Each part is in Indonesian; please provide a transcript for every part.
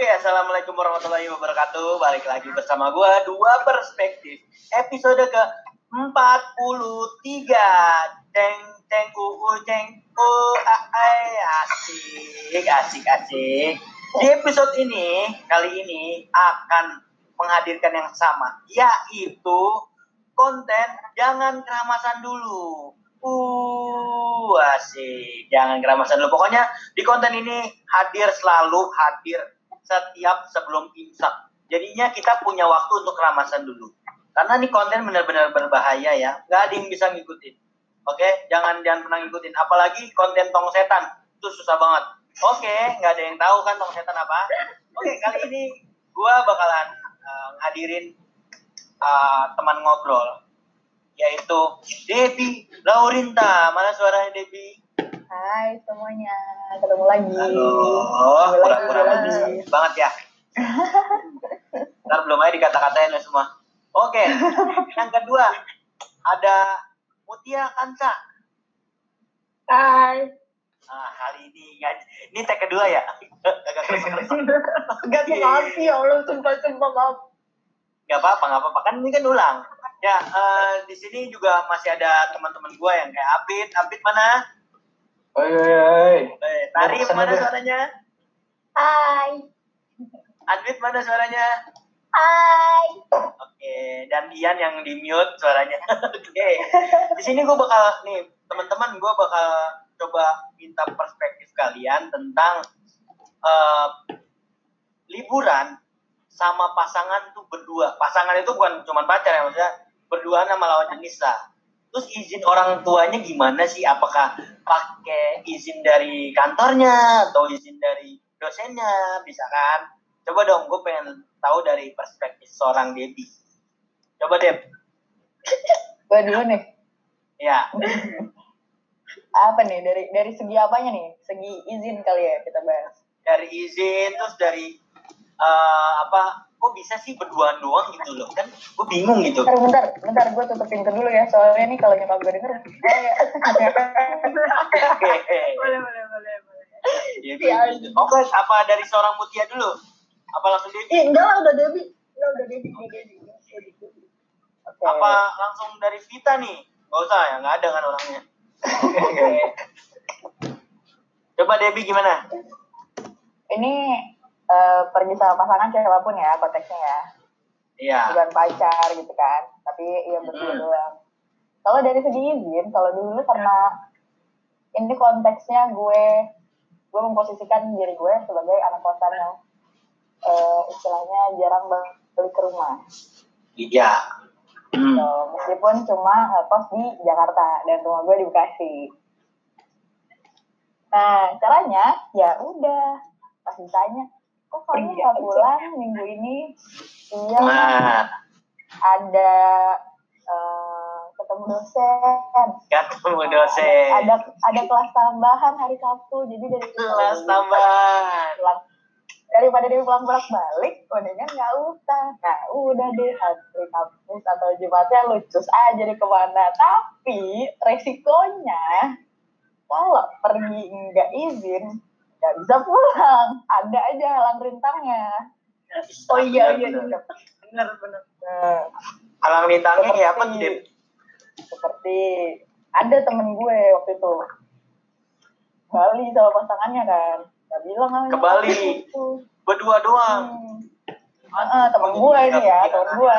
Oke, assalamualaikum warahmatullahi wabarakatuh. Balik lagi bersama gue, Dua Perspektif. Episode ke-43. Ceng, ceng, ceng, asik. Di episode ini, kali ini akan menghadirkan yang sama, yaitu konten Jangan Keramasan Dulu. Asik. Jangan keramasan dulu. Pokoknya di konten ini selalu hadir setiap sebelum imsak. Jadinya kita punya waktu untuk keramasan dulu. Karena ini konten benar-benar berbahaya ya. Nggak ada yang bisa ngikutin. Oke, jangan pernah ngikutin. Apalagi konten tong setan. Itu susah banget. Oke, nggak ada yang tahu kan tong setan apa. Oke, kali ini gue bakalan ngadirin teman ngobrol, yaitu Debbie Laurinta. Mana suaranya Debbie? Hai semuanya, ketemu lagi. Halo, pura-pura lagi banget ya. Ntar belum aja dikata-katain ya semua. Oke, yang kedua ada Mutia Kansa. Hai. Nah, kali ini tag kedua ya. Agak keras-keras. Gak ngerti ya Allah, sumpah maaf. Gak apa-apa, kan ini kan ulang. Ya, di sini juga masih ada teman-teman gue yang kayak Abid mana? Oi. Tari mana suaranya? Hai. Adit mana suaranya? Hai. Oke, dan Dian yang di mute suaranya. Oke. Di sini gue bakal teman-teman gue bakal coba minta perspektif kalian tentang liburan sama pasangan tuh berdua. Pasangan itu bukan cuma pacar ya, maksudnya berdua sama lawan jenis lah. Terus izin orang tuanya gimana sih? Apakah pakai izin dari kantornya atau izin dari dosennya? Bisa kan? Coba dong, gue pengen tahu dari perspektif seorang Debbie. Coba Deb. Gue dulu nih. Ya. Apa nih? Dari segi apanya nih? Segi izin kali ya kita bahas. Dari izin, terus dari kok bisa sih berduaan doang gitu loh, kan gue bingung gitu. Bentar gue tutup pintu dulu ya, soalnya nih kalau nyokap gue denger boleh ya, oke, apa dari seorang Mutia dulu apa langsung Debbie? Enggak lah, udah Debbie. Okay. Apa langsung dari Vita nih? Gak usah ya, gak ada kan orangnya. Coba Debbie gimana? Ini pergi sama pasangan siapapun ya konteksnya ya. Iya. Bukan pacar gitu kan, tapi ya berdua doang. Kalau dari segi izin, kalau dulu karena ini konteksnya gue memposisikan diri gue sebagai anak kosan yang istilahnya jarang balik ke rumah. Iya. Meskipun cuma ngekos di Jakarta dan rumah gue di Bekasi. Nah caranya ya udah pas ditanya, kok kamu nggak pulang minggu ini? Iya, ada ketemu dosen. Ada kelas tambahan hari Sabtu, jadi dari kelas tambahan. Daripada dia pulang balik, mendingan nggak usah. Nah, udah deh hari Kamis atau Jumatnya lucus aja deh kemana. Tapi resikonya kalau pergi nggak izin, nggak bisa pulang, ada aja halang rintangnya. Oh iya benar. Halang rintangnya kayak apa tuh? Seperti ada temen gue waktu itu Bali sama pasangannya kan, nggak bilang ke Bali berdua doang. Temen gue ini ya, temen gue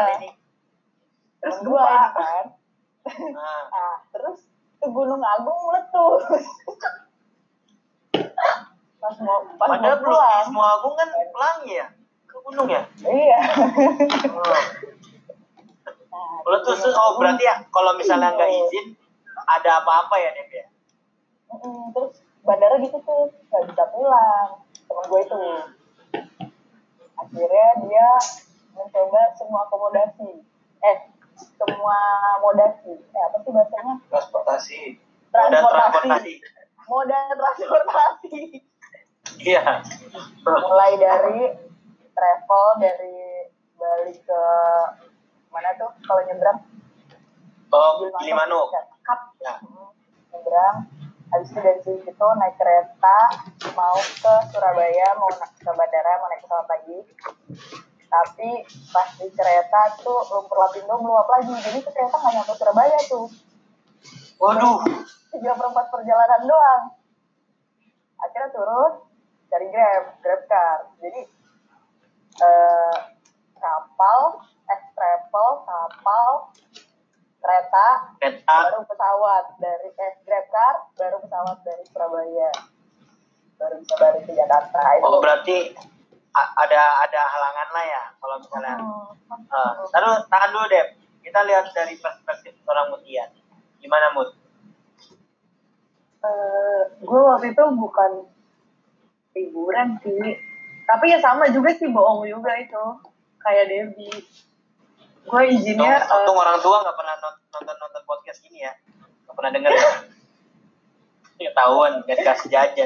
ini kan. Nah, terus ke Gunung Agung meletus. Pas mau pulang. Semua Agung kan pelangi ya, ke gunung ya. Iya. Meletus berarti ya kalau misalnya nggak izin ada apa-apa ya Deb ya. Terus bandara ditutup, nggak bisa pulang. Temen gue itu. Akhirnya dia mencoba semua akomodasi. Semua modasi. Apa sih bahasanya? Moda transportasi. Iya. Mulai dari travel dari Bali ke mana tuh kalau nyebrang? Gilimanuk. Ya. Nyebrang. Habis itu dari situ naik kereta mau ke Surabaya mau ke bandara, mau naik pesawat lagi. Tapi pas di kereta tuh lumpur lapindo meluap lagi, jadi tuh kereta nggak nyampe Surabaya tuh. Waduh. 3/4 perjalanan doang. Akhirnya turun dari Grab car. Jadi kapal, kereta, baru pesawat dari Grab car, baru pesawat dari Surabaya, baru bisa balik ke Jakarta. Itu berarti ada halangan lah ya kalau misalnya. Tahan dulu deh. Kita lihat dari perspektif seorang Mutia. Gimana Mut? Gue waktu itu bukan liburan sih, tapi ya sama juga sih, bohong juga itu kayak Debbie. Gue izinnya untung orang tua nggak pernah nonton podcast ini ya, nggak pernah denger ya. Ketahuan nggak dikasih jajan.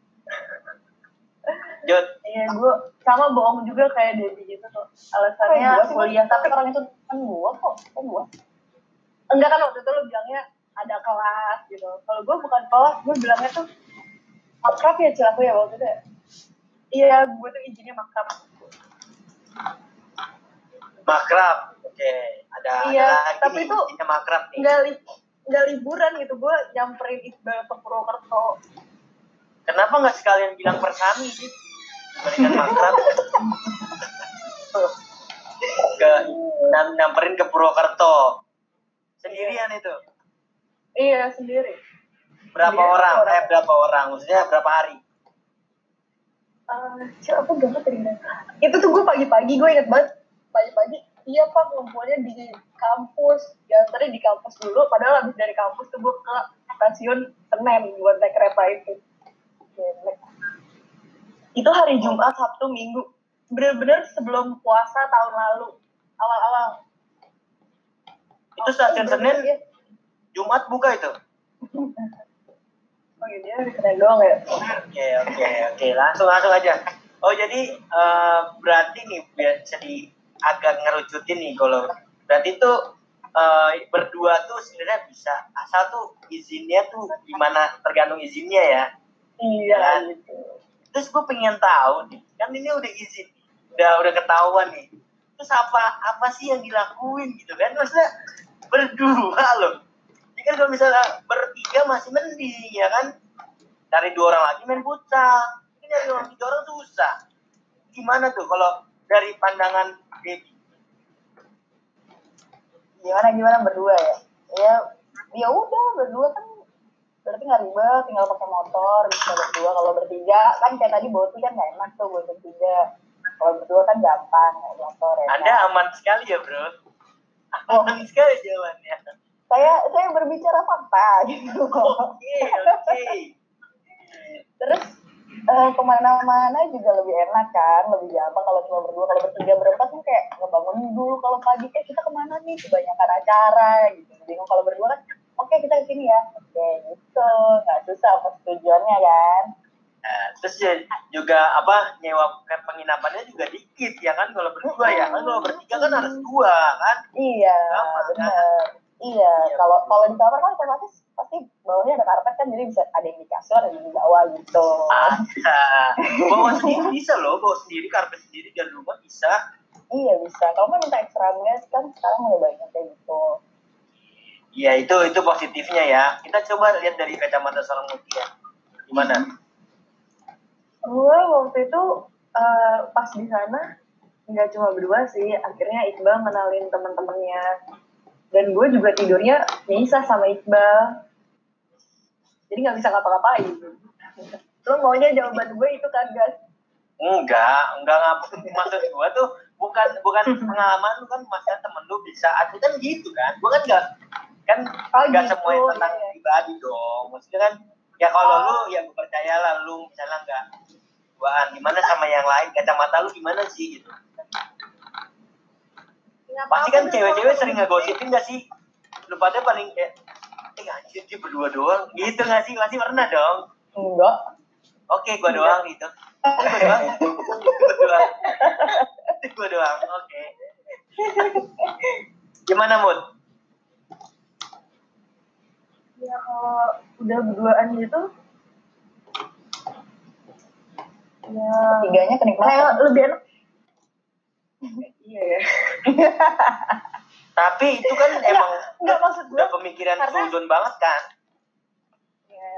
Jod. Iya, gue sama bohong juga kayak Debbie gitu tuh. Alasannya kuliah, tapi orang itu kan gue enggak kan, waktu itu lo bilangnya ada kelas gitu. Kalau gue bukan kelas, gue bilangnya tuh makrab ya Cilaku ya waktu itu. Iya, gue tuh izinnya makrab. Makrab, oke. Ada tapi itu izinnya makrab nih. Nggak liburan gitu, gue nyamperin Iqbal ke Purwokerto. Kenapa nggak sekalian bilang persami sih? Berikan makrab. Nyamperin ke Purwokerto. Sendirian itu? Iya, sendiri. Berapa orang? Maksudnya berapa hari? Siapa banget ternyata. Itu tuh gue pagi-pagi, gue inget banget. Pagi-pagi, iya Pak, ngumpulnya di kampus. Ya, tadi di kampus dulu, padahal habis dari kampus tuh gue ke stasiun Senen buat naik kereta itu. Itu hari Jumat, Sabtu, Minggu. Bener-bener sebelum puasa tahun lalu. Awal-awal. Itu stasiun Senen, ya? Jumat buka itu? Oh iya, keren doang ya. Oke. Langsung aja. Oh jadi berarti nih biasa agak ngerucutin nih kalau berarti tuh berdua tuh sebenarnya bisa asal tuh izinnya tuh gimana, tergantung izinnya ya. Iya kan? Gitu. Terus gue pengen tahu nih, kan ini udah izin, udah ketahuan nih. Terus apa sih yang dilakuin gitu kan? Maksudnya berdua loh. Kan kalau misalnya bertiga masih mending ya kan, cari 2 orang lagi main futsal. Ini dari 3 orang susah. Gimana tuh kalau dari pandangan Debbie? Gimana berdua ya? Ya udah berdua kan berarti nggak ribet, tinggal pakai motor bisa berdua. Kalau bertiga kan kayak tadi Boti kan nggak enak tuh buat bertiga. Kalau berdua kan gampang naik motor ya. Anda aman sekali ya bro. Aman sekali jawabannya. Saya berbicara fakta gitu. Oke. Terus kemana-mana juga lebih enak kan, lebih gampang kalau cuma berdua. Kalau bertiga berempat kan kayak ngebangun dulu. Kalau pagi kita kemana nih, kebanyakan acara gitu. Bingung. Kalau berdua kan oke, kita kesini ya, oke gitu, nggak susah apa tujuannya kan. Terus juga nyewa penginapannya juga dikit ya kan kalau berdua ya kan. Kalau bertiga kan harus 2 kan. Iya, benar. Iya, kalau di kamar kan otomatis pasti bawahnya ada karpet kan, jadi bisa ada yang di kasur, ada yang di bawah gitu. Bawa sendiri bisa loh, bawa sendiri karpet sendiri dari rumah bisa. Iya bisa. Kalau mau minta extra guest kan sekarang udah banyak kayak gitu. Iya itu positifnya ya. Kita coba lihat dari kacamata seorang Mutia. Gimana? Gue waktu itu pas di sana nggak cuma berdua sih. Akhirnya Iqbal kenalin teman-temannya. Dan gue juga tidurnya misah sama Iqbal. Jadi nggak bisa ngapa-ngapain. Lo maunya jawaban gue itu kan, guys? Enggak. Maksud gue tuh bukan pengalaman lu kan, maksudnya temen lu bisa. Itu kan gitu kan. Gue kan nggak semuanya tentang pribadi dong. Maksudnya kan ya kalau lu ya gue percayalah lu misalnya nggak gimana sama yang lain, kacamata lu gimana sih gitu. Pasti kan cewek-cewek sering ngegosipin gak sih? Lu pada paling kayak anjir dia berdua doang gitu gak sih? Pasti pernah dong. Enggak. Oke, gua doang gitu. Gua doang. Oke. Gimana Mut? Ya kalau udah berduaan gitu Ketiganya kenikmatan. Kayak lebih enak. Iya ya. Tapi itu kan emang Enggak maksud gue udah pemikiran karena- suzon banget kan. Iya.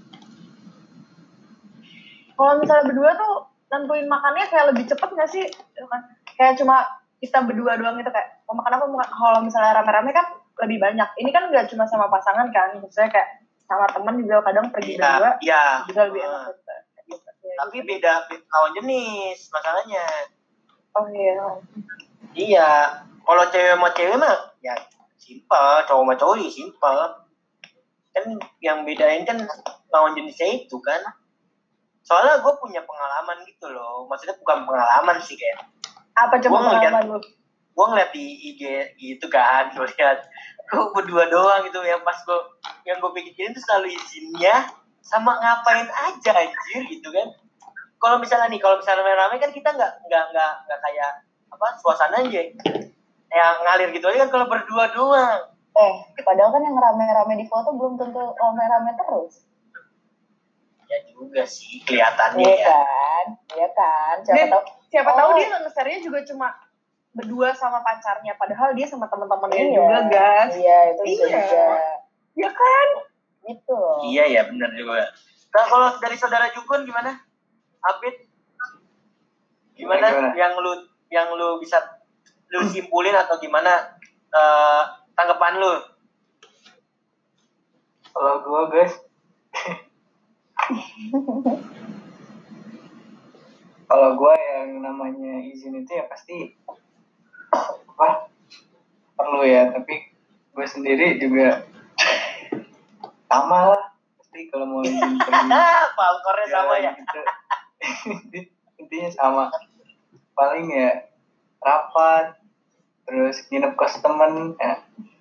Kalau misalnya berdua tuh nentuin makannya kayak lebih cepet nggak sih? Kayak cuma kita berdua doang gitu kayak mau makan apa? Kalau misalnya rame-rame kan lebih banyak. Ini kan nggak cuma sama pasangan kan, maksudnya kayak sama teman juga kadang pergi berdua Iya. juga lebih enak. Gitu. Tapi beda lawan jenis masalahnya. Oh iya. Iya. Kalau cewek sama cewek mah ya simpel, cowok sama cowok ya simpel. Kan yang bedain kan lawan jenisnya itu kan. Soalnya gue punya pengalaman gitu loh. Maksudnya bukan pengalaman sih kayak. Apa coba Gua ngeliat- pengalaman lu? Gue ngeliat di IG gitu kan. Gue lihat gue berdua doang gitu yang pas yang gue pikirin tuh selalu izinnya sama ngapain aja anjir gitu kan. Kalau misalnya rame-rame kan kita nggak kayak apa suasana aja yang ngalir gitu aja kan kalau berdua doang. Padahal kan yang rame-rame di foto belum tentu rame-rame terus. Ya juga sih kelihatannya Iya ya. kan? Iya kan? Dan siapa tahu Oh. dia nge-share-nya juga cuma berdua sama pacarnya, padahal dia sama teman-temannya Iya. juga, guys. Iya, itu bisa Iya. juga. Ya kan? Gitu loh. Iya ya benar juga. Nah kalau dari saudara Jukun gimana? Abid gimana? Gimana? Yang lu bisa lu simpulin atau gimana tanggapan lu? Kalau gue guys, kalau gue yang namanya izin itu ya pasti apa perlu ya, tapi gue sendiri juga sama lah pasti kalau mau izin pergi Palkornya sama ya. gitu. Intinya sama, paling ya rapat terus nginep kos temen ya.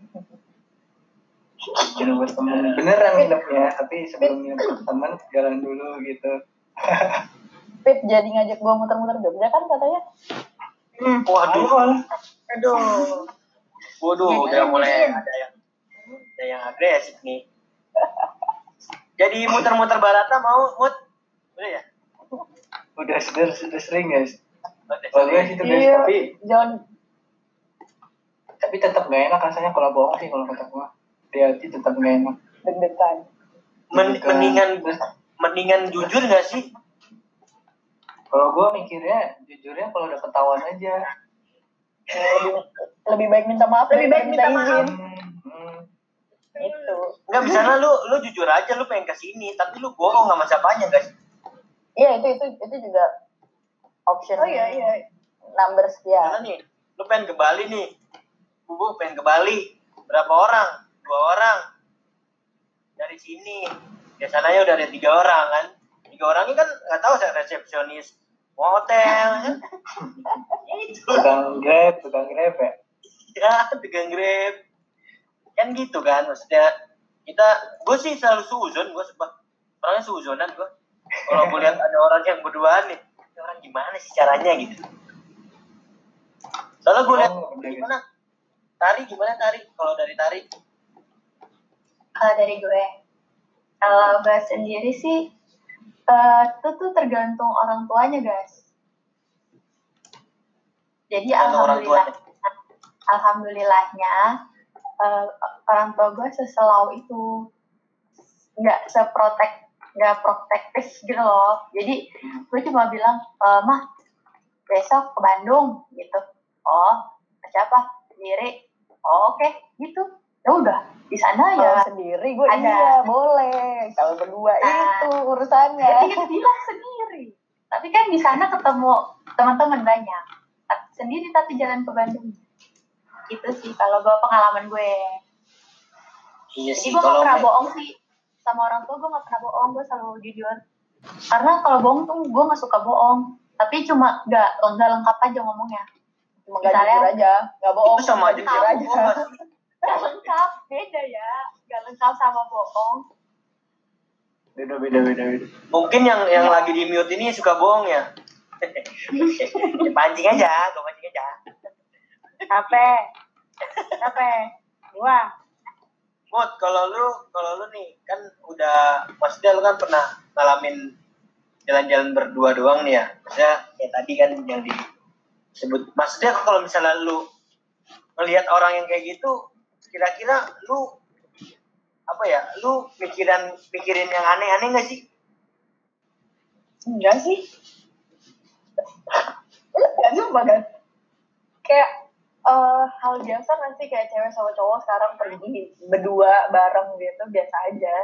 Nginep kos temen beneran nginepnya, tapi sebelum nginep kos temen jalan dulu gitu. Pit jadi ngajak gua muter-muter Jogja kan katanya. Waduh. Aduh. Waduh, udah mulai ada yang agresif nih. Jadi muter-muter Barata mau mut? Udah ya? Sudah sering guys. Oke. Kalau gue sih tuh guys, Iya. tapi Jangan tetap gak enak rasanya kalau bohong sih, kalau kata gue hati-hati tetap gak enak. deg-degan. Mendingan jujur nggak sih? Kalau gue mikirnya jujurnya kalau udah ketahuan aja. Lebih baik minta maaf. Lebih baik daripada minta maaf. Itu. Nggak, misalnya lu jujur aja lu pengen kesini, tapi lu bohong sama siapanya guys. Iya, itu juga option. Oh iya. Number sekian. Karena nih, lu pengen ke Bali nih. Bu pengen ke Bali. Berapa orang? 2 orang. Dari sini. Biasanya udah ada 3 orang kan. 3 orang ini kan nggak tahu saya resepsionis hotel kan. Itu. Tukang grab ya. Ya, tukang grab. Kan gitu kan, maksudnya gue sih selalu suzon, gue orangnya suzonan gue. Kalau gue lihat ada orang yang berduaan nih, ini orang gimana sih caranya gitu. Soalnya gue lihat gimana, gimana Tari? Kalau dari Tari? Kalau dari gue, kalau gue sendiri sih, itu tuh tergantung orang tuanya guys. Jadi alhamdulillahnya orang tua gue seselau itu, nggak protektif gitu loh. Jadi gue cuma bilang, mah besok ke Bandung gitu. Oh, siapa? Sendiri. Oh, oke, gitu. Ya udah, di sana ya. Kalau sendiri gue ada. iya boleh. Kalau berdua itu urusannya. Dia bilang sendiri. Tapi kan di sana ketemu teman-teman banyak. Sendiri tapi jalan ke Bandung. Itu sih kalau gue pengalaman gue. Iya Jadi sih, gue kalau gak pernah bohong sih. Sama orang tua gue gak pernah bohong. Gue selalu jujur. Karena kalau bohong tuh gue gak suka bohong. Tapi cuma gak lengkap aja ngomongnya. Cuma gak jujur aja, gak bohong. itu sama aja jujur aja. Gak lengkap, beda ya. Gak lengkap sama bohong. Beda. Mungkin yang lagi di mute ini suka bohong ya. Pancing aja, gue pancing aja. Capek. Wah. Mut, kalau lu nih kan udah, maksudnya lu kan pernah ngalamin jalan-jalan berdua doang nih ya. Maksudnya kayak tadi kan yang disebut. Maksudnya kalau misalnya lu melihat orang yang kayak gitu, kira-kira lu apa ya? Lu mikirin yang aneh-aneh nggak sih? Enggak sih. Enggak sumpah kan. Kayak hal biasa kan sih kayak cewek sama cowok sekarang pergi berdua bareng gitu biasa aja.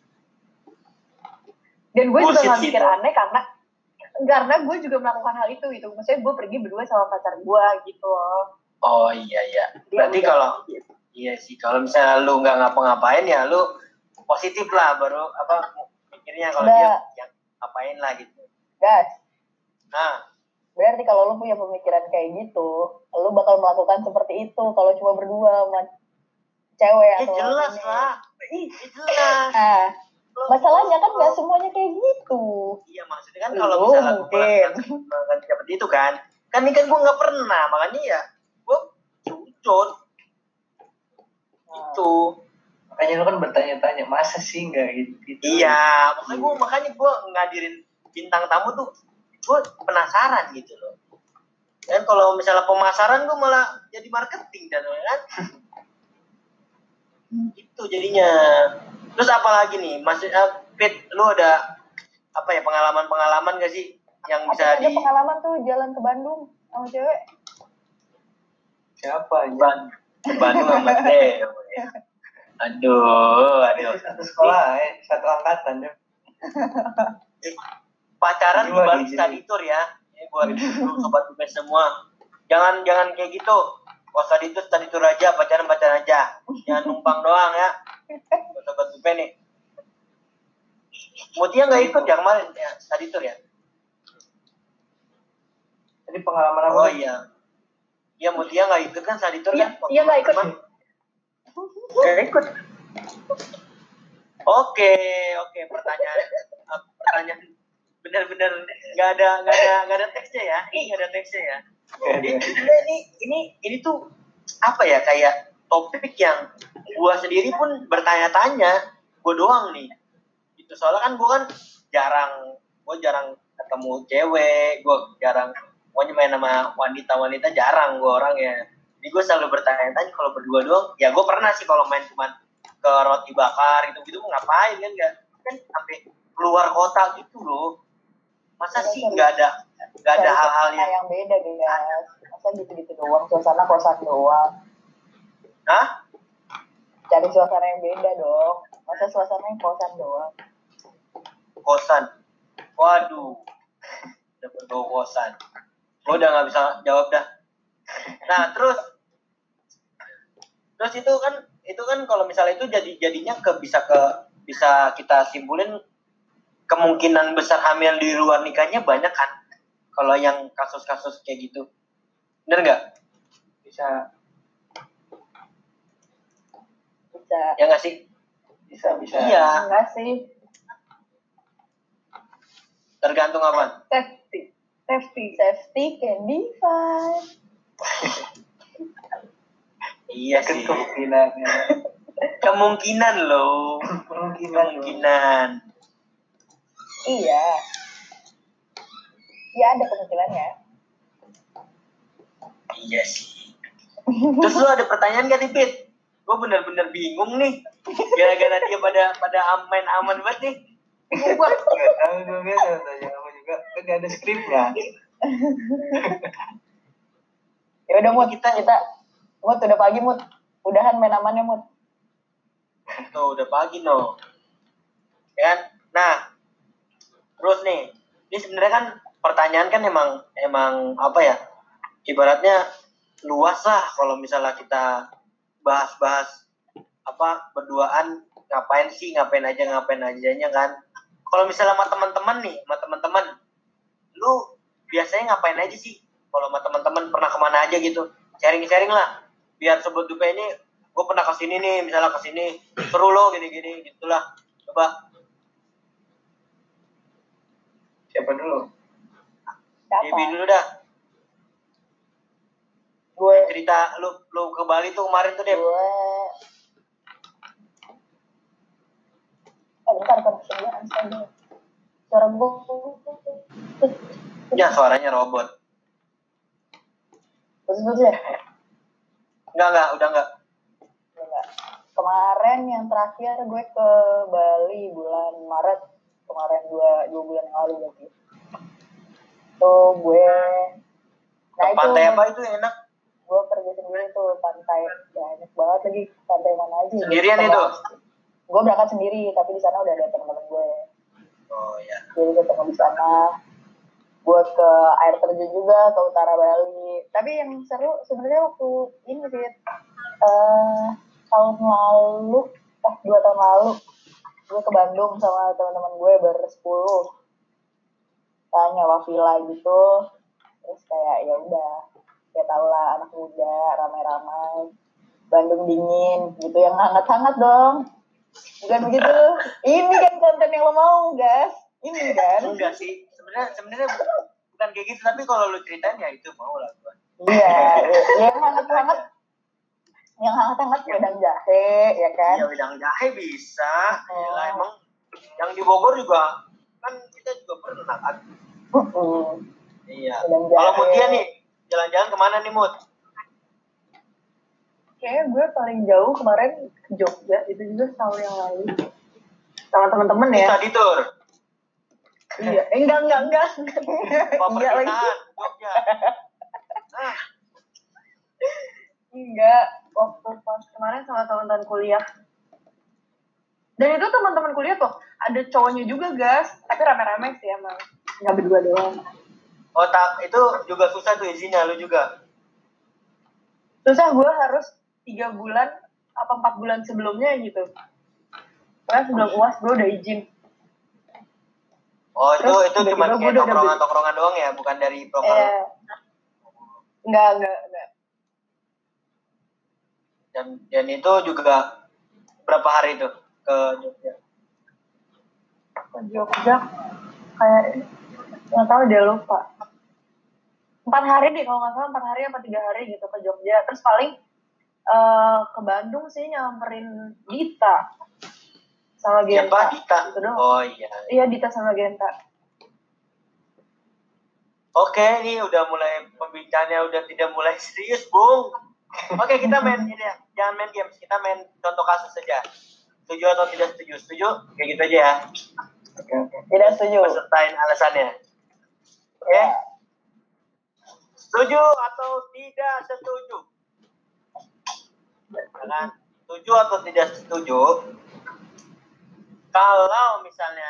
Dan gue juga nggak mikir aneh karena gue juga melakukan hal itu gitu. Maksudnya gue pergi berdua sama pacar gue gitu loh. Oh iya. Berarti kalau iya sih kalau misalnya lu nggak ngapa-ngapain ya lu positif lah baru apa mikirnya kalau dia yang ngapain lah gitu. Guys. Nah. Berarti kalau lu punya pemikiran kayak gitu, lu bakal melakukan seperti itu kalau cuma berdua sama cewek atau jelas lah. Jelas. Nah, masalahnya kan nggak semuanya kayak gitu. Iya maksudnya kan kalau misalnya melakukan seperti itu kan ini kan gue nggak pernah makanya ya gue cucun itu. Makanya lu kan bertanya-tanya masa sih nggak gitu. Iya makanya gue ngadirin bintang tamu tuh gue penasaran gitu loh. Dan kalau misalnya pemasaran gue malah jadi marketing dan kan. Itu jadinya. Terus apa lagi nih? Maksudnya Fit, lu ada apa ya pengalaman gak sih yang bisa ada pengalaman tuh jalan ke Bandung sama cewek. Siapa aja? Ke Bandung sama Teo. Aduh. Satu sekolah, satu angkatan ya. Pacaran di balik study tour ya. Ini buat sobat UP semua. Jangan kayak gitu. Kalau study tour aja, pacaran aja. Jangan numpang doang ya. Buat sobat UP nih. Mutia nggak ikut ya kemarin ya study tour ya? Jadi pengalaman apa? Oh iya. Iya Mutia nggak ikut kan study tour kan? Iya nggak ikut. Nggak ikut. Oke. Pertanyaan benar-benar nggak ada teksnya ya. Ini nggak ada teksnya ya. Ini tuh apa ya kayak topik yang gua sendiri pun bertanya-tanya. Gua doang nih. Itu soalnya kan gua jarang ketemu cewek. Gua jarang pokoknya main sama wanita jarang gua orangnya. Jadi gua selalu bertanya-tanya kalau berdua doang. Ya gua pernah sih kalau main cuman ke roti bakar gitu ngapain kan nggak kan sampai keluar kota gitu loh. Masa sih nggak ada hal-hal yang beda guys. Masa gitu doang suasana kosan doang. Hah? Cari suasana yang beda dong. Masa suasananya kosan doang. Kosan. Waduh. Udah berbau kosan. Gue udah nggak bisa jawab dah. Nah terus itu kan kalau misalnya itu jadinya bisa kita simpulin kemungkinan besar hamil di luar nikahnya banyak kan kalau yang kasus-kasus kayak gitu. Bener nggak? Bisa ya nggak sih? Bisa iya Enggak sih. tergantung apa? Safety can be fine. Iya sih kemungkinan loh. Kemungkinan. Iya. Ya ada kemungkinannya. Iya sih. Terus lu ada pertanyaan gak nih, Pit? Gue bener-bener bingung nih. Gara-gara dia pada aman banget nih. Gue tahu gue biasa tanya kamu juga. Kan gak ada skripnya. Ya udah Mut, kita Mut udah pagi Mut. Udahan main amannya Mut. Tuh udah pagi no. Kan? Nah, terus nih, ini sebenarnya kan pertanyaan kan emang apa ya? Ibaratnya luas lah kalau misalnya kita bahas apa berduaan ngapain ajanya kan. Kalau misalnya sama teman-teman, lu biasanya ngapain aja sih? Kalau sama teman-teman pernah kemana aja gitu? Sharing lah. Biar sobat dupe ini, gue pernah kesini nih, misalnya kesini seru lo gini gitulah. Coba. Siapa dulu? Debi dulu dah. Gue cerita lu ke Bali tuh kemarin tuh Deb. Bentar connection gue unstable. suara gue. Ya suaranya robot. Putus ya? Enggak, udah enggak. Enggak. Kemarin yang terakhir gue ke Bali bulan Maret kemarin, dua bulan yang lalu berarti. Tuh gue Ke pantai apa itu enak? Gue pergi sendiri tuh pantai, banyak banget lagi, pantai mana aja. Sendirian itu? Gue berangkat sendiri, tapi di sana udah ada teman-teman gue. Oh ya. Jadi ketemu di sana. Gue ke air terjun juga, ke utara Bali. Tapi yang seru sebenarnya waktu ini sih, tahun lalu, 2 tahun lalu, gue ke Bandung sama teman-teman gue ber-10. Nyewa villa gitu, terus kayak ya udah, ya tau lah anak muda ramai-ramai, Bandung dingin gitu, yang hangat-hangat dong, bukan begitu? Ini kan konten yang lo mau, guys, ini kan? Enggak sih, sebenarnya bukan kayak gitu, tapi kalau lu ceritain ya itu mau lah gua. Iya, yang hangat-hangat wedang jahe, ya kan? Iya, wedang jahe bisa. Gila, emang yang di Bogor juga kan kita juga pernah kan. Iya. Kalau Mutia nih, jalan-jalan kemana nih Mut? Kayaknya gue paling jauh kemarin ke Jogja, itu juga tahun yang lalu. Sama teman-teman ya. Bisa ditur. Iya, enggak. Iya lagi. Jogja. Enggak, waktu pas kemarin sama teman-teman kuliah. Dan itu teman-teman kuliah tuh, ada cowoknya juga, guys. Tapi rame-rame sih emang. Nggak berdua doang. Oh, itu juga susah tuh izinnya, lu juga? Susah, gue harus 3 bulan atau 4 bulan sebelumnya gitu. Karena sebelum UAS gue udah izin. Oh, terus itu cuma kayak tongkrongan doang ya, bukan dari program. Enggak. Dan itu juga berapa hari tuh ke Jogja? Ke Jogja kayak nggak tahu, dia lupa. 4 hari deh kalau nggak salah, 4 hari apa 3 hari gitu ke Jogja. Terus paling ke Bandung sih nyamperin Dita sama Genta. Siapa? Dita? Gitu dong. Oh iya. Iya, Dita sama Genta. Oke, ini udah mulai pembicaraannya udah tidak mulai serius, Bung. Oke, kita main ini ya. Jangan main games, kita main contoh kasus saja. Setuju atau tidak setuju? Setuju? Kayak gitu aja ya. Oke. Tidak setuju. Pesertain alasannya. Oke? Setuju atau tidak setuju? Nah, setuju atau tidak setuju? Kalau misalnya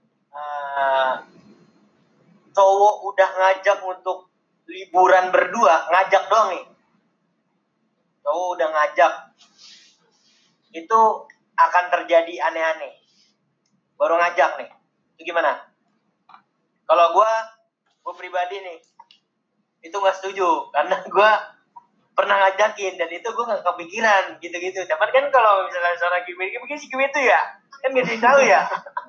cowok udah ngajak untuk liburan berdua, ngajak doang nih. Cowok udah ngajak, itu akan terjadi aneh-aneh. Baru ngajak nih, itu gimana? Kalau gue pribadi nih, itu nggak setuju karena gue pernah ngajakin dan itu gue nggak kepikiran gitu-gitu. Cuman kan kalau misalnya seorang Kimi si Kimi itu ya kan nggak tahu ya.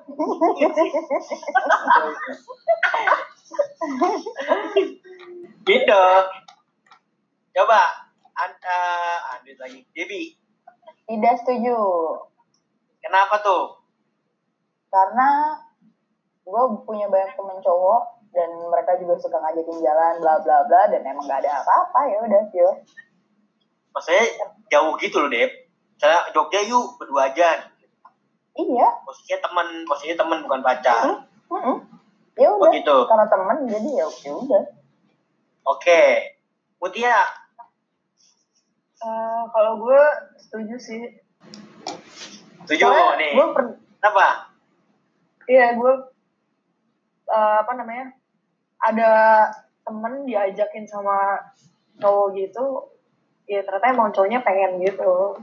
Gitu. Coba Andit lagi. Debbie. Tidak setuju. Kenapa tuh? Karena gue punya banyak temen cowok dan mereka juga suka ngajakin jalan bla bla bla dan emang gak ada apa-apa, ya udah sih. Maksudnya jauh gitu loh, Deb. Misalnya Jogja yuk berdua aja. Iya. Posisinya teman bukan pacar. Ya udah. Begitu. Karena teman jadi ya udah. Oke. Mutia. Kalau gue setuju sih. Setuju nih. Kenapa? Iya, gue ada temen diajakin sama cowok gitu, ya ternyata emang cowoknya pengen gitu.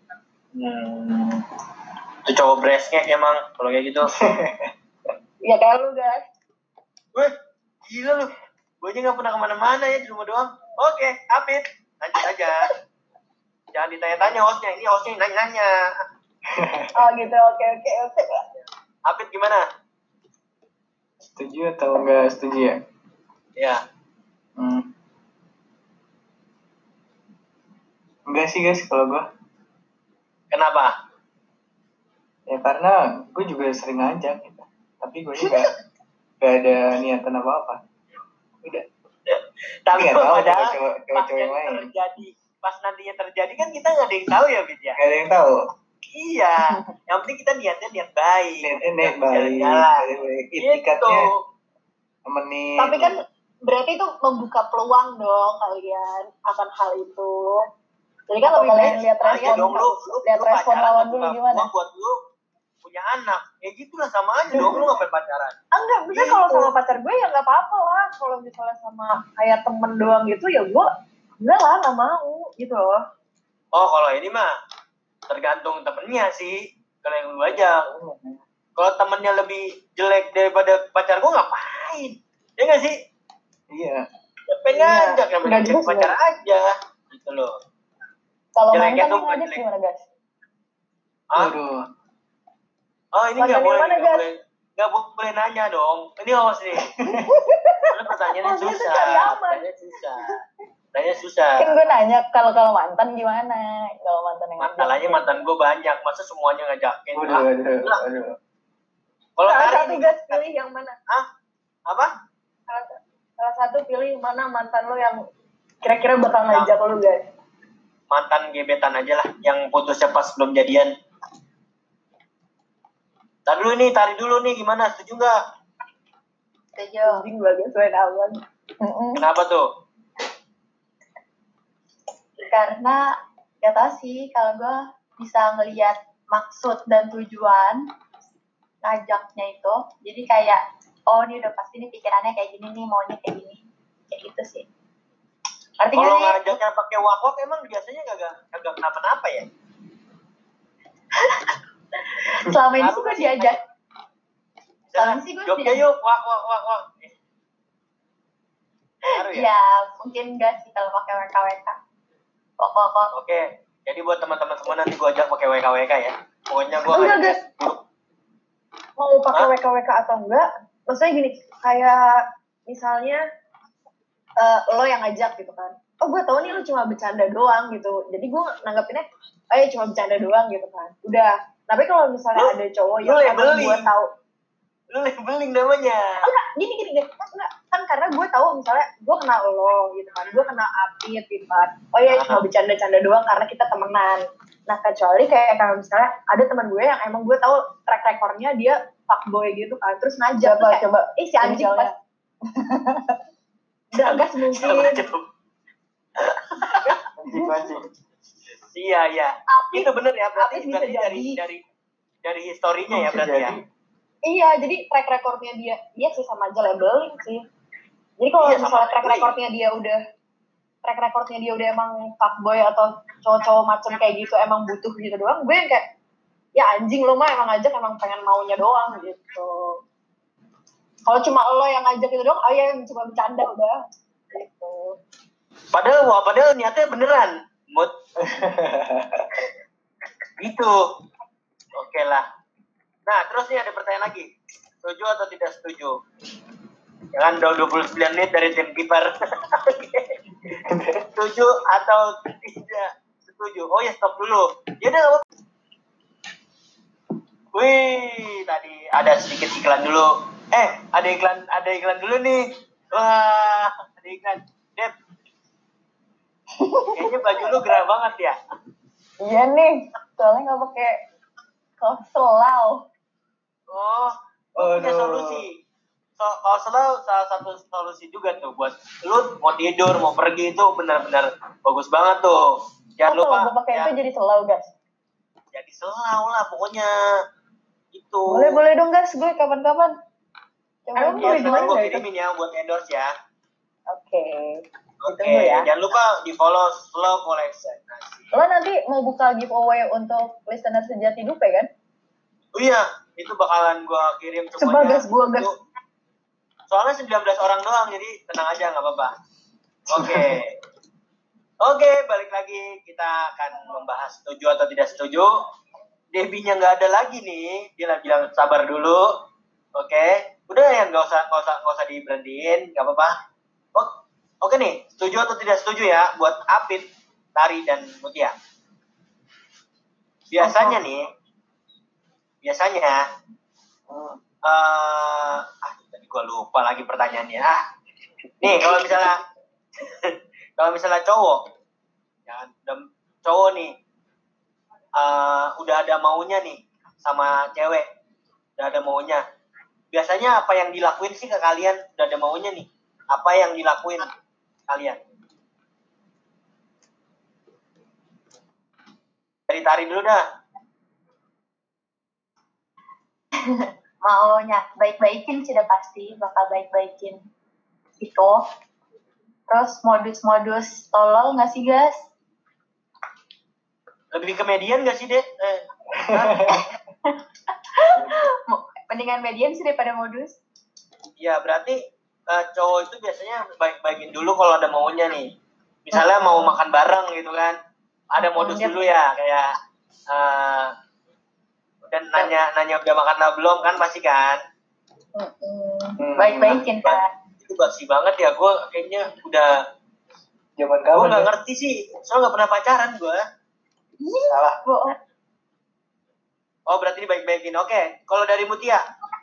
Itu cowok bresknya emang kalau kayak gitu. Ya kayak lu, guys. Weh, gila lu. Gue aja gak pernah kemana-mana ya, di rumah doang. Oke, Apit, lanjut aja. Jangan ditanya-tanya hostnya, ini hostnya nanya-nanya. Oh gitu, oke. Apit gimana? Setuju atau enggak setuju ya? Ya. Enggak sih guys kalau gue. Kenapa? Ya karena gue juga sering ngajak gitu. Tapi gue juga Gak ada niatan apa-apa. Udah. Tapi nggak tahu padahal cowok-cowok yang lain. pas nantinya terjadi kan kita nggak ada yang tahu ya, Bit ya. Gak ada yang tahu. Iya, yang penting kita niatnya niat baik. Niat baik. Itikatnya temenin. Tapi kan berarti itu membuka peluang dong kalian akan hal itu. Jadi kan lebih baik lihat aja respon dong lu lihat respon pacaran lawan buka dulu gimana. peluang buat lu punya anak. Ya gitulah sama aja dong lu ngapain pacaran. enggak, misalnya kalau sama pacar gue ya nggak apa-apa lah. Kalau misalnya sama kayak temen doang gitu ya gue enggak lah, nggak mau gitu loh. Oh, kalau ini mah tergantung temennya sih. Kalau yang lu ajak. Kalau temennya lebih jelek daripada pacar gue ngapain? Ya nggak sih? Iya. Ya pengen ngajak yang Nggak pengen juga pacar aja. Gitu loh. Kalau Jeleknya mantan tuh yang bukan ngajak jelek. gimana guys? Ah? Aduh. Oh, ini Mantan nggak yang boleh, mana, guys? nggak boleh nanya dong. Ini host nih. Karena pertanyaannya Oh, dia tuh susah. cari aman. Pertanyaannya susah. Kan gue nanya kalau mantan gimana? Kalau mantan yang ngajak. Masalahnya mantan gue banyak, masa semuanya ngajakin? Aduh. Kalau Salah Tari satu nih, guys, pilih yang mana? apa? Salah satu pilih mana mantan lo yang kira-kira bakal ngajak lo guys. Mantan gebetan aja lah, yang putusnya pas belum jadian. Tari dulu nih, gimana? Setuju nggak? Setuju. Anjing bagus main aman. Kenapa tuh? Karena gak tau sih, kalau gue bisa ngelihat maksud dan tujuan ngajaknya itu, jadi kayak oh ini udah pasti nih pikirannya kayak gini nih, maunya kayak gini, kayak gitu sih. Artinya Kalau nih, ngajaknya pakai wak-wak emang biasanya kagak kenapa-napa ya? selama ini sih Ngaruh gue nggak sih? diajak. Selama ini sih gue Jogja diajak. yuk, wak. Ngaruh ya? Ya mungkin enggak sih kalau pakai WKWK. Kok. Oke, jadi buat teman-teman semua nanti gue ajak pakai WKWK ya. Pokoknya gue Enggak guys, mau pakai WKWK atau enggak, maksudnya gini, kayak misalnya lo yang ngajak gitu kan, oh gue tahu nih lo cuma bercanda doang gitu, jadi gue nanggapinnya ya cuma bercanda doang gitu kan, udah. Tapi kalau misalnya ada cowok yang emang gue tahu, lu labeling namanya. enggak, gini guys, enggak kan karena gue tahu misalnya gue kenal lo gitu kan, gue kenal Apit gitu kan, oh ya cuma bercanda-canda doang karena kita temenan. Nah kecuali kayak kalau misalnya ada teman gue yang emang gue tahu track recordnya dia fuckboy gitu kan, terus ngajak terus kayak, coba si anjing pas udah gas mungkin. Anjing. Iya. Itu bener ya, berarti Apit bisa dari historinya ya berarti ya. Iya, jadi track recordnya dia sih sama aja labeling sih. Jadi kalau Iya, misalnya sama track labeling. recordnya dia udah emang fuckboy atau cowok-cowok macam kayak gitu emang butuh gitu doang, gue yang kayak ya anjing lo mah emang ngajak emang pengen maunya doang gitu. Kalau cuma lo yang ngajak itu doang, yang cuma bercanda udah gitu. Padahal niatnya beneran, Mut. Gitu. Oke lah. Nah, terus nih ada pertanyaan lagi. Setuju atau tidak setuju? Jangan dong 29 menit dari tim kiper. Setuju atau tidak setuju? Oh ya, stop dulu. Ya udah. Wih, tadi ada sedikit iklan dulu. Ada iklan dulu nih. Wah, ada iklan. Dep. Kayaknya baju lu gerah banget ya. Iya nih, soalnya nggak pakai kaos selau. Oh, punya solusi. Kalau selalu salah satu solusi juga tuh buat lu mau tidur, mau pergi itu benar-benar bagus banget tuh. Jangan lupa. Kalau gue pakai itu jadi selau guys. Jadi selau lah pokoknya. Itu. Boleh dong guys, gue kapan-kapan. Coba Ya, boleh nanti gimana gue itu? kirimin ya buat endorse ya. Oke. Oke, Ditunggu ya. jangan lupa di follow Slow Collection. Lo nanti mau buka giveaway untuk listener sejati Dupe kan? Oh iya, itu bakalan gue kirim Coba semuanya. gas, gua gas. Soalnya 19 orang doang, jadi tenang aja, nggak apa-apa. Oke, balik lagi. Kita akan membahas setuju atau tidak setuju. Debbie-nya nggak ada lagi nih. Dia lagi bilang sabar dulu. Oke, udah ya, nggak usah diberhentiin, nggak apa-apa. Oke nih, setuju atau tidak setuju ya buat Apit, Tari, dan Mutia. Biasanya Gue lupa lagi pertanyaannya. Nih kalau misalnya cowok, ya, cowok nih, udah ada maunya nih sama cewek, udah ada maunya. Biasanya apa yang dilakuin sih ke kalian? Udah ada maunya nih, apa yang dilakuin kalian? Dari Tari dulu dah. Maunya baik-baikin sih udah pasti bakal baik-baikin itu. Terus modus-modus tolol nggak sih guys? Lebih ke median nggak sih deh? Mendingan median sih daripada modus. Ya berarti cowok itu biasanya baik-baikin dulu kalau ada maunya nih. Misalnya mau makan bareng gitu kan, ada modus dulu ya, kayak dan nanya udah makan atau belum kan, pasti kan. Baik-baikin kan. Itu basi banget ya, gue kayaknya udah Zaman gue kapan? nggak ngerti sih, soalnya nggak pernah pacaran gue. Salah. Oh berarti dibaik-baikin. Oke, kalau dari Mutia?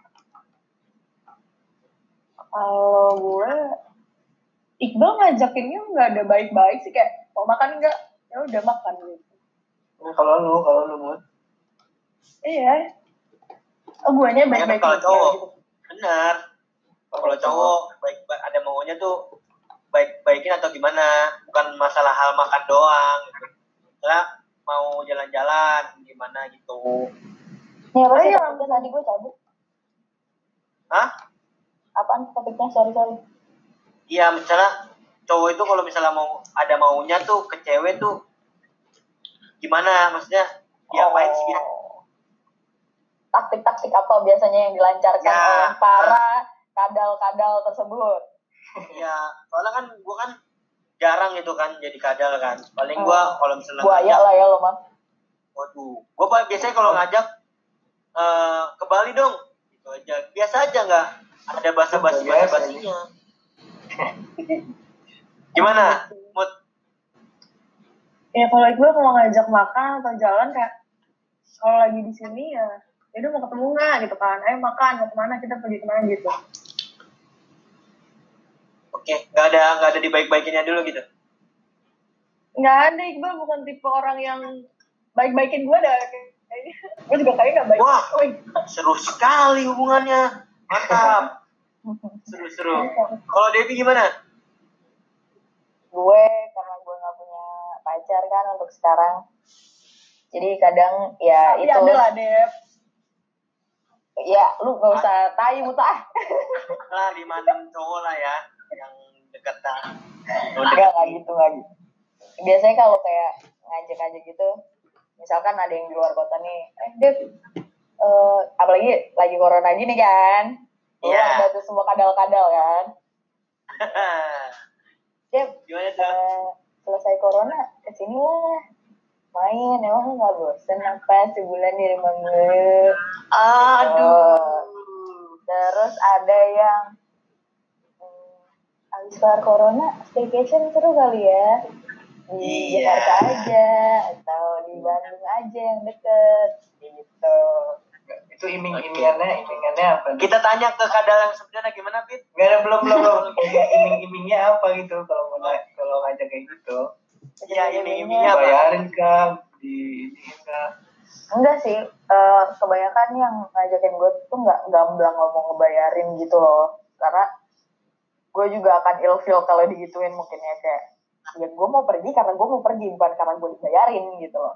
Kalau gue, Iqbal ngajakinnya nggak ada baik-baik sih, kayak mau makan nggak? Ya udah makan gitu. Nah, kalau lu Mut. Iya. Oh, guanya baik-baik Kalau cowok, gitu. benar. Kalau cowok baik ada maunya tuh baik-baikin atau gimana? Bukan masalah hal makan doang gitu. Misalnya mau jalan-jalan gimana gitu. Nih apa sih topiknya tadi gue cabut? Hah? Apaan topiknya? Sorry. Iya, misalnya cowok itu kalau misalnya mau ada maunya tuh ke cewek tuh gimana? Maksudnya diapain sih dia? Taktik-taktik apa biasanya yang dilancarkan oleh para kadal-kadal tersebut? Ya, soalnya kan gue kan jarang gitu kan jadi kadal kan. Paling gue kalau misalnya Buaya lah ya lo mah. waduh, gue biasanya kalau ngajak ke Bali dong, gitu aja. Biasa aja, nggak ada basa-basinya. Gimana, Mut? Ya kalau gue kalau ngajak makan atau jalan kayak kalau lagi di sini ya udah mau ketemu nggak gitu kan, ayo makan, mau kemana, kita pergi kemana gitu. Oke, nggak ada dibaik-baikinnya dulu gitu. Nggak ada, Iqbal bukan tipe orang yang baik-baikin gue dah kayaknya. Gue juga kayaknya nggak baik. Wah, seru sekali hubungannya, mantap. Seru. Kalau Devi gimana? Gue karena gue nggak punya pacar kan untuk sekarang, jadi kadang ya tapi itu. ada lah Dep. Ya lu nggak usah tai muta. Lah 5-6 cowok lah ya yang deketan. Enggak gitu. Biasanya kalau kayak ngajak-ngajak gitu, misalkan ada yang di luar kota nih, Dep, apalagi lagi corona gini kan, Iya. Ada tuh semua kadal-kadal kan. Dep, Gimana tuh? selesai corona kesini lah main, emang nggak bosen apa sebulan di rumah gue? Aduh. Terus ada yang habis kelar corona staycation seru kali ya di Jakarta aja atau di Bandung aja yang deket gitu. Itu iming-imingannya apa? Kita tanya ke kadal yang sebenarnya gimana, Fit? Nggak ada, belum. Iming-imingnya apa gitu kalau ngajak kayak gitu? Iya, iming-imingnya apa? Bayarin kah? Diiniin kah? Enggak sih, kebanyakan yang ngajakin gue tuh nggak gamblang ngomong ngebayarin gitu loh, karena gue juga akan ilfeel kalau digituin mungkin ya, kayak ya gue mau pergi karena gue mau pergi, bukan karena gue dibayarin gitu loh.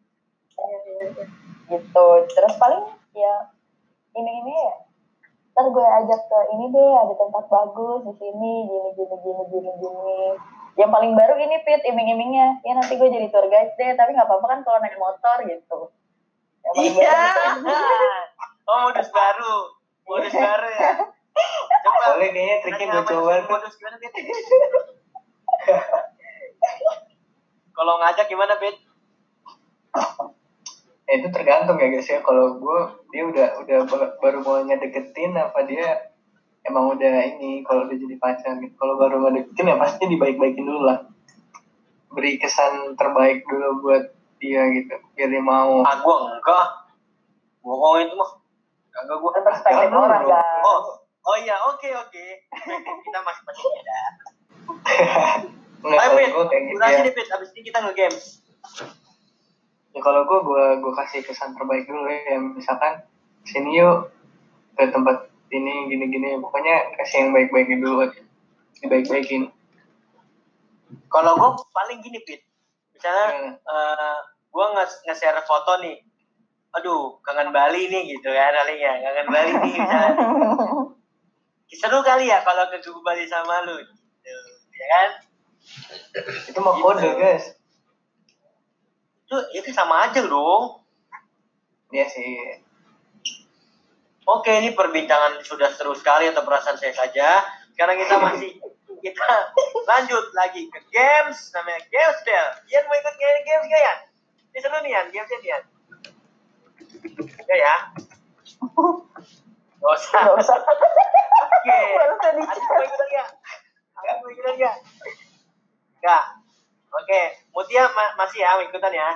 Gitu. Terus paling ya ini ya, ntar gue ajak ke ini deh, ada tempat bagus di sini, gini. Yang paling baru ini Pit, iming-imingnya, ya nanti gue jadi tour guide deh, tapi nggak apa-apa kan kalau naik motor gitu. Iya. Oh, modus baru ya. Coba. Boleh kayaknya triknya gue coba. Modus baru gitu. Kalau ngajak gimana, Fit? Itu tergantung ya guys ya. Kalau gue, dia udah baru mau ngedeketin apa dia emang udah ini, kalau udah jadi pacar gitu. Kalau baru ngedeketin ya pasti dibaik-baikin dulu lah, beri kesan terbaik dulu buat dia gitu biar dia mau. Gue enggak. Gue itu mah enggak gue. Perspektif orang kan. Oh, Oh iya, oke. Kita masih beda. Nggak, Ayo, kalau Pit. gue kayak gitu Durasi ya. deh, Pit. Abis ini kita nge-games. Ya, kalau gue kasih kesan terbaik dulu ya. Misalkan sini yuk ke tempat ini gini-gini. Pokoknya kasih yang baik-baikin dulu. Dibaik-baikin. Kalau gue paling gini, Pit. Misalnya, Gimana? gue nge-share foto nih. Aduh, kangen Bali nih gitu kan, paling ya. Kangen Bali nih, misalnya. Seru kali ya kalau ke Bali sama lu. Gitu. Ya kan? Itu mau kode guys. Itu sama aja dong. Iya sih. Oke, ini perbincangan sudah seru sekali atau perasaan saya saja. Sekarang kita lanjut lagi ke games, namanya Games Bell. Ian mau ikut games gak ya? Ini seru nih Ian, gamesnya nih Ian. Enggak ya? Gak usah. Oke. Aku mau ikutan gak? Enggak. Oke, Mutia masih ya ikutan ya.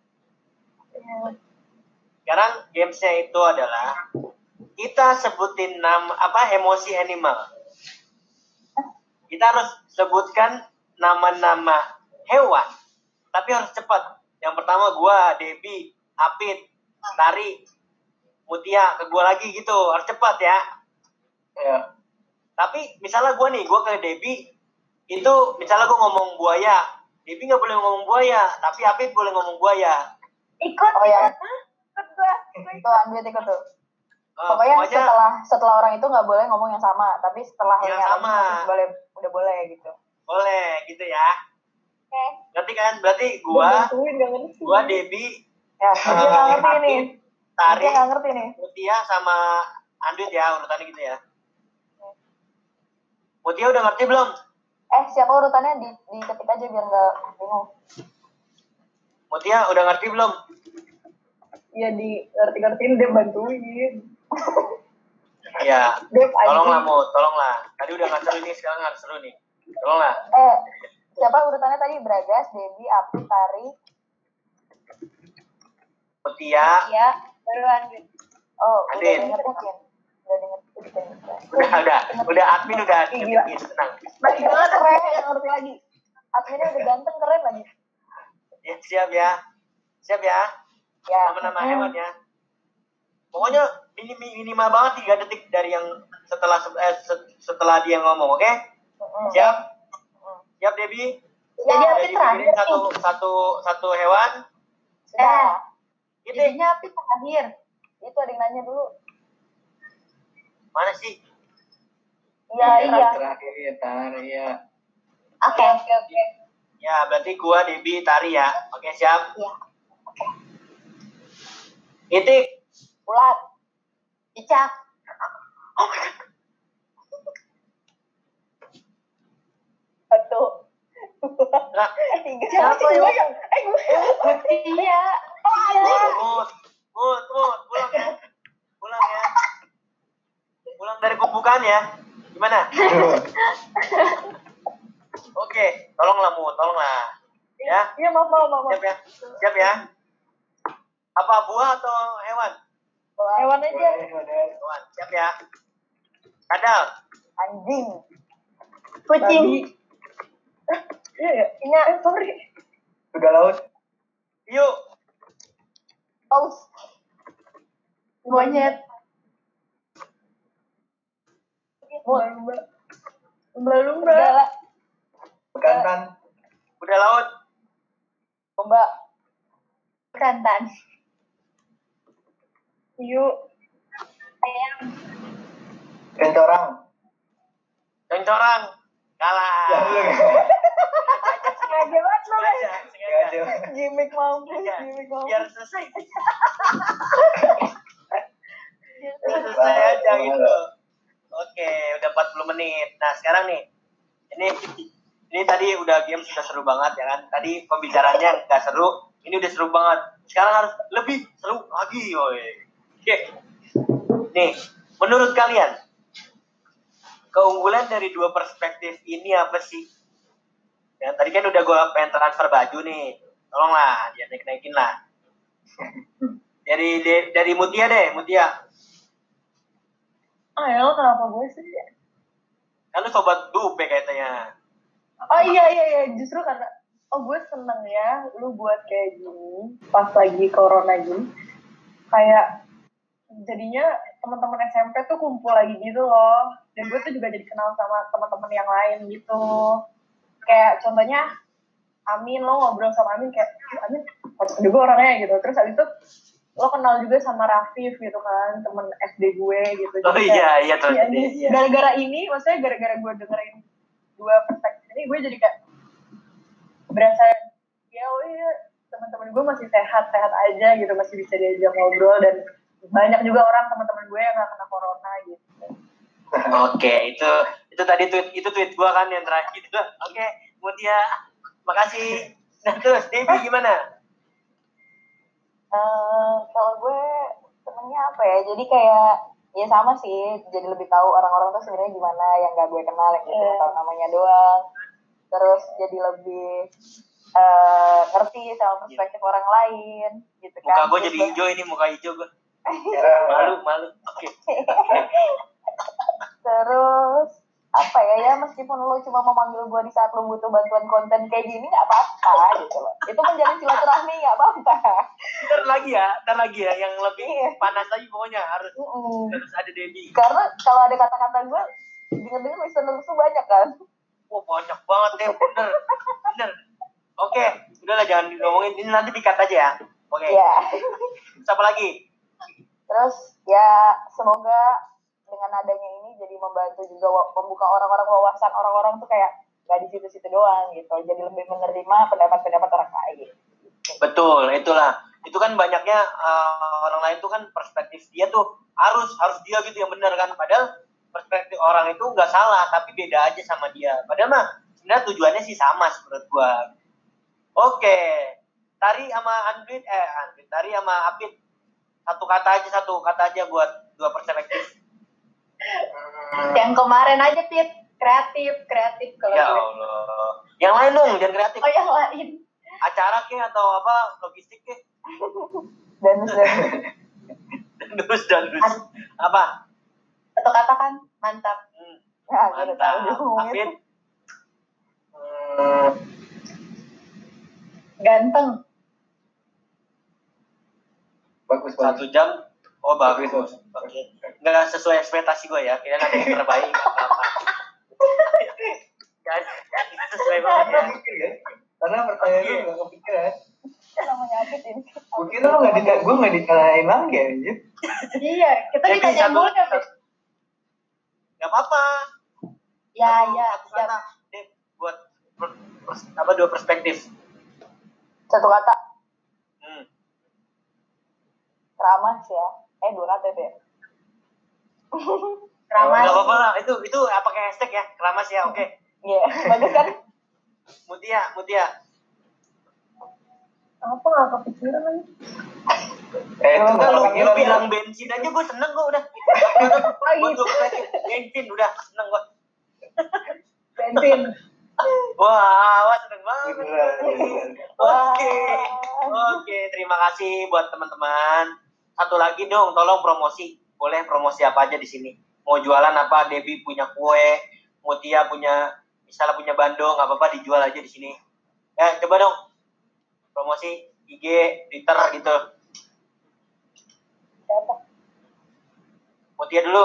Sekarang gamesnya itu adalah kita sebutin emosi animal. Kita harus sebutkan nama-nama hewan, tapi harus cepat. Yang pertama gua, Debbie, Apit, Tari, Mutia, ke gua lagi gitu, harus cepat ya. Ya. Tapi misalnya gua ke Debbie, itu misalnya gua ngomong buaya, Debbie nggak boleh ngomong buaya, tapi Apit boleh ngomong buaya. Ikut. Oh ya, Ikut gua. tuh Android ikut tuh. Pokoknya setelah orang itu nggak boleh ngomong yang sama, tapi setelah yang yang sama udah boleh gitu. boleh gitu ya. Oke. Ngerti kan? Berarti gua, Debbie, Ya, dia nggak ngerti nih. Tari, Dia nggak ngerti nih. Mutia sama Android ya, urutannya gitu ya. Mutia udah ngerti belum? Siapa urutannya diketik aja biar nggak bingung. Mutia udah ngerti belum? Ya di ngerti-ngertiin dia bantuin. Iya. Dev Tolonglah tolonglah. Tadi udah nggak seru ini, sekarang harus seru nih. Tolonglah. Siapa urutannya tadi? Bragas, Debbie, Apit, Tari, Mutia. Ya, baru lanjut. Oh, Adin. Udah admin udah ngetik, tenang. Baik banget, keren, ngerti lagi. Adminnya udah ganteng, keren lagi. Ya, siap ya. Ya. Nama-nama hewan ya. Pokoknya minimal banget 3 detik dari yang setelah dia ngomong, oke? Siap? Siap, Debbie? Jadi Apit terakhir. Satu hewan. Sudah. Jadinya Apit terakhir. Itu ada yang nanya dulu. Mana sih? Iya. Terakhir ya, Tari ya. Oke. Ya, berarti gua, Debbie, Tari ya. Oke, siap? Iya. Itik. Ulat. Cicak. Oh my God. Satu. Nah, Tiga. siapa Gue. Iya. Mut, pulang ya. Pulang dari pembukaan ya. Gimana? Oke, tolonglah. Ya. Iya, maaf. Siap ya. Apa buah atau hewan? Hewan aja. Hewan. Siap ya. Kadal. Anjing. Kucing. Iya, sorry. Udah laut. Yuk. Paus. Monyet. Lumba. Gala. Bekantan. Udah laut. Domba. Bekantan. Yuk. Kencorang. Kencorang. Kalah. Ya, lu. Sengaja banget lo. Sengaja. Gimik mampus. Biar selesai. Biar selesai aja gitu. Oke, udah 40 menit. Nah, sekarang nih. Ini tadi udah game sudah seru banget ya kan. Tadi pembicaraannya nggak seru. Ini udah seru banget. Sekarang harus lebih seru lagi, woy. Oke. Nih, menurut kalian keunggulan dari dua perspektif ini apa sih? Ya, tadi kan udah gue pengen transfer baju nih. Tolonglah, dia naikin lah. Dari Mutia deh, Mutia. ya lo kenapa gue sih? Kan lu sobat dupe katanya. Oh iya, justru karena gue seneng ya lu buat kayak gini pas lagi corona gini, kayak jadinya teman-teman SMP tuh kumpul lagi gitu loh, dan gue tuh juga jadi kenal sama teman-teman yang lain gitu. Kayak contohnya Amin, lo ngobrol sama Amin kayak Amin juga orangnya gitu, terus habis itu lo kenal juga sama Rafif gitu kan, temen SD gue gitu. Oh jadi iya terus iya. Gara-gara ini, maksudnya gara-gara gue dengerin dua perspektif ini, gue jadi kayak berasa ya teman-teman gue masih sehat aja gitu, masih bisa diajak ngobrol, dan banyak juga orang teman-teman gue yang gak kena corona gitu. Oke, itu tadi tweet gue kan yang terakhir. Oke, Mutia, makasih. Nah terus Debbie gimana? Kalau gue senengnya apa ya? Jadi kayak ya sama sih. Jadi lebih tahu orang-orang tuh sebenarnya gimana yang gak gue kenal, yang cuma tahu namanya doang. Terus jadi lebih ngerti sama perspektif orang lain, gitu kan? Muka gue jadi hijau ini, muka hijau gue. Malu. Oke. Terus apa ya meskipun lo cuma memanggil gue di saat lo butuh bantuan konten kayak gini nggak apa-apa gitu loh, itu menjadi silaturahmi nggak apa-apa. Ntar lagi ya yang lebih panas lagi, pokoknya harus ada Debbie. Karena kalau ada kata-kata gue denger listener tuh banyak kan. Banyak banget deh, bener. Oke, udahlah jangan ngomongin ini, nanti di-cut aja ya. Oke. Iya. Siapa lagi? Terus ya semoga dengan adanya ini jadi membantu juga membuka orang-orang wawasan orang-orang tuh kayak gak di situ-situ doang gitu, jadi lebih menerima pendapat-pendapat orang lain. Betul, itulah. Itu kan banyaknya orang lain tuh kan perspektif dia tuh harus dia gitu yang benar kan, padahal perspektif orang itu nggak salah, tapi beda aja sama dia. Padahal mah sebenarnya tujuannya sih sama menurut gua. Oke, Tari sama Tari sama Apit, satu kata aja buat dua perspektif. Yang kemarin aja, Pit. Kreatif kalau ya Allah. Yang lain dong, jangan kreatif. Oh, yang lain. Acara ke atau apa, logistik ke? Danus. Apa? Satu kata kan, mantap. Mantap. Apit? Ganteng. Bagus. 1 jam. Oh bagus. Oke. Nggak sesuai ekspektasi gue ya. Kira ada yang terbaik apa? Kan itu sesuai banget ya. Karena pertanyaan lu nggak kepikiran. Namanya Apit ini. Gue kira lu nggak ditanyain lagi ya. Iya, kita ditanya mulu kan, Pit. Nggak apa-apa. Ya, Satu kata. Buat dua perspektif. Satu kata. Ramah sih ya. 2 kata ya. Ramas. Nggak apa-apa lah. Itu pakai hashtag ya. Ramas ya. Oke. Iya, bagus kan? Mutia. Apa nggak kepikiran lagi? Lu bilang bensin aja gue seneng gue udah. Buat gue bensin udah seneng gue. Bensin. Wah seneng banget. Oke, terima kasih buat teman-teman. Satu lagi dong, tolong promosi. Boleh promosi apa aja di sini? Mau jualan apa? Debbie punya kue, Mutia misalnya punya bandung, nggak apa-apa dijual aja di sini. Coba dong promosi IG, Twitter gitu. Mutia dulu.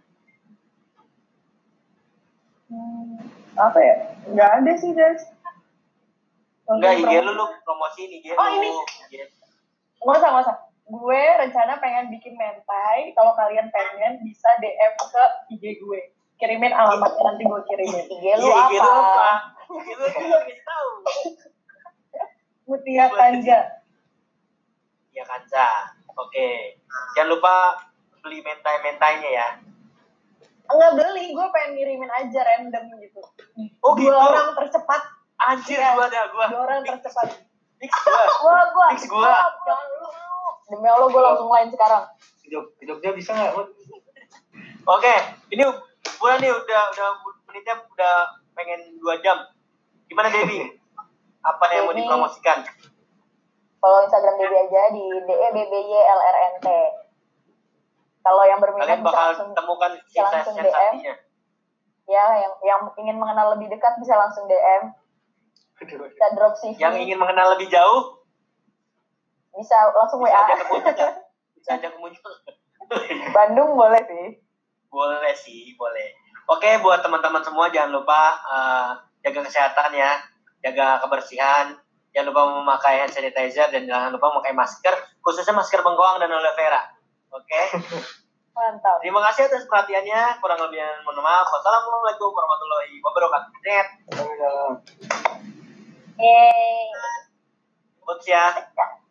Apa ya? Nggak ada sih, guys. Enggak, IG lu promosiin IG lu. Oh, ini. Nggak usah. Gue rencana pengen bikin mentai. Kalau kalian pengen, bisa DM ke IG gue. Kirimin alamatnya, nanti gue kirimin. IG lu apa? IG lu kasih tahu. Mutia Kanja. Iya Kanja. Oke. Jangan lupa beli mentainya ya. Enggak beli, gue pengen ngirimin aja random gitu. Oh gitu. 2 orang tercepat. Anjir, Ya, gua. 2 orang tercepat. Fix gua. Jangan lu. Demi Allah gue langsung lain sekarang. Ke Jogja bisa nggak? Oke, ini gua nih udah menitnya udah pengen 2 jam. Gimana Debbie? Apa yang mau dipromosikan? Follow Instagram Debbie aja di DEBBYLRNT. Kalau yang berminat Kalian bisa bakal langsung temukan bisa langsung DM. sensasinya. Ya, yang ingin mengenal lebih dekat bisa langsung DM. Bisa drop CV. Yang ingin mengenal lebih jauh Bisa langsung bisa WA. ajak ke Muncul nggak? Bisa ajak ke Muncul. Bandung boleh sih. Boleh sih, boleh. Oke, buat teman-teman semua jangan lupa jaga kesehatan ya, jaga kebersihan, jangan lupa memakai hand sanitizer dan jangan lupa memakai masker, khususnya masker bengkoang dan aloe vera. Oke. Mantap. Terima kasih atas perhatiannya. Kurang lebihnya mohon maaf. Wassalamualaikum warahmatullahi wabarakatuh. Net. Yeay. Putus ya.